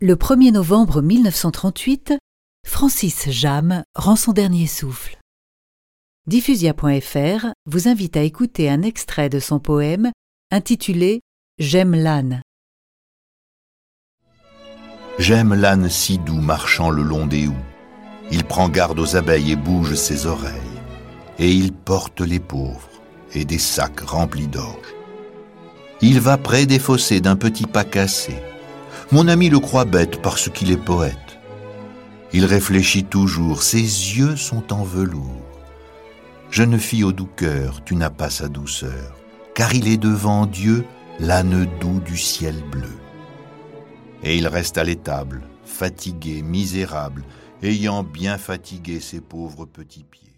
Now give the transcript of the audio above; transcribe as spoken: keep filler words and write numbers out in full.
Le premier novembre mille neuf cent trente-huit, Francis Jammes rend son dernier souffle. Diffusia point F R vous invite à écouter un extrait de son poème intitulé « J'aime l'âne ». J'aime l'âne si doux marchant le long des houes. Il prend garde aux abeilles et bouge ses oreilles. Et il porte les pauvres et des sacs remplis d'orge. Il va près des fossés d'un petit pas cassé. Mon ami le croit bête parce qu'il est poète. Il réfléchit toujours, ses yeux sont en velours. Jeune fille au doux cœur, tu n'as pas sa douceur, car il est devant Dieu l'âne doux du ciel bleu. Et il reste à l'étable, fatigué, misérable, ayant bien fatigué ses pauvres petits pieds.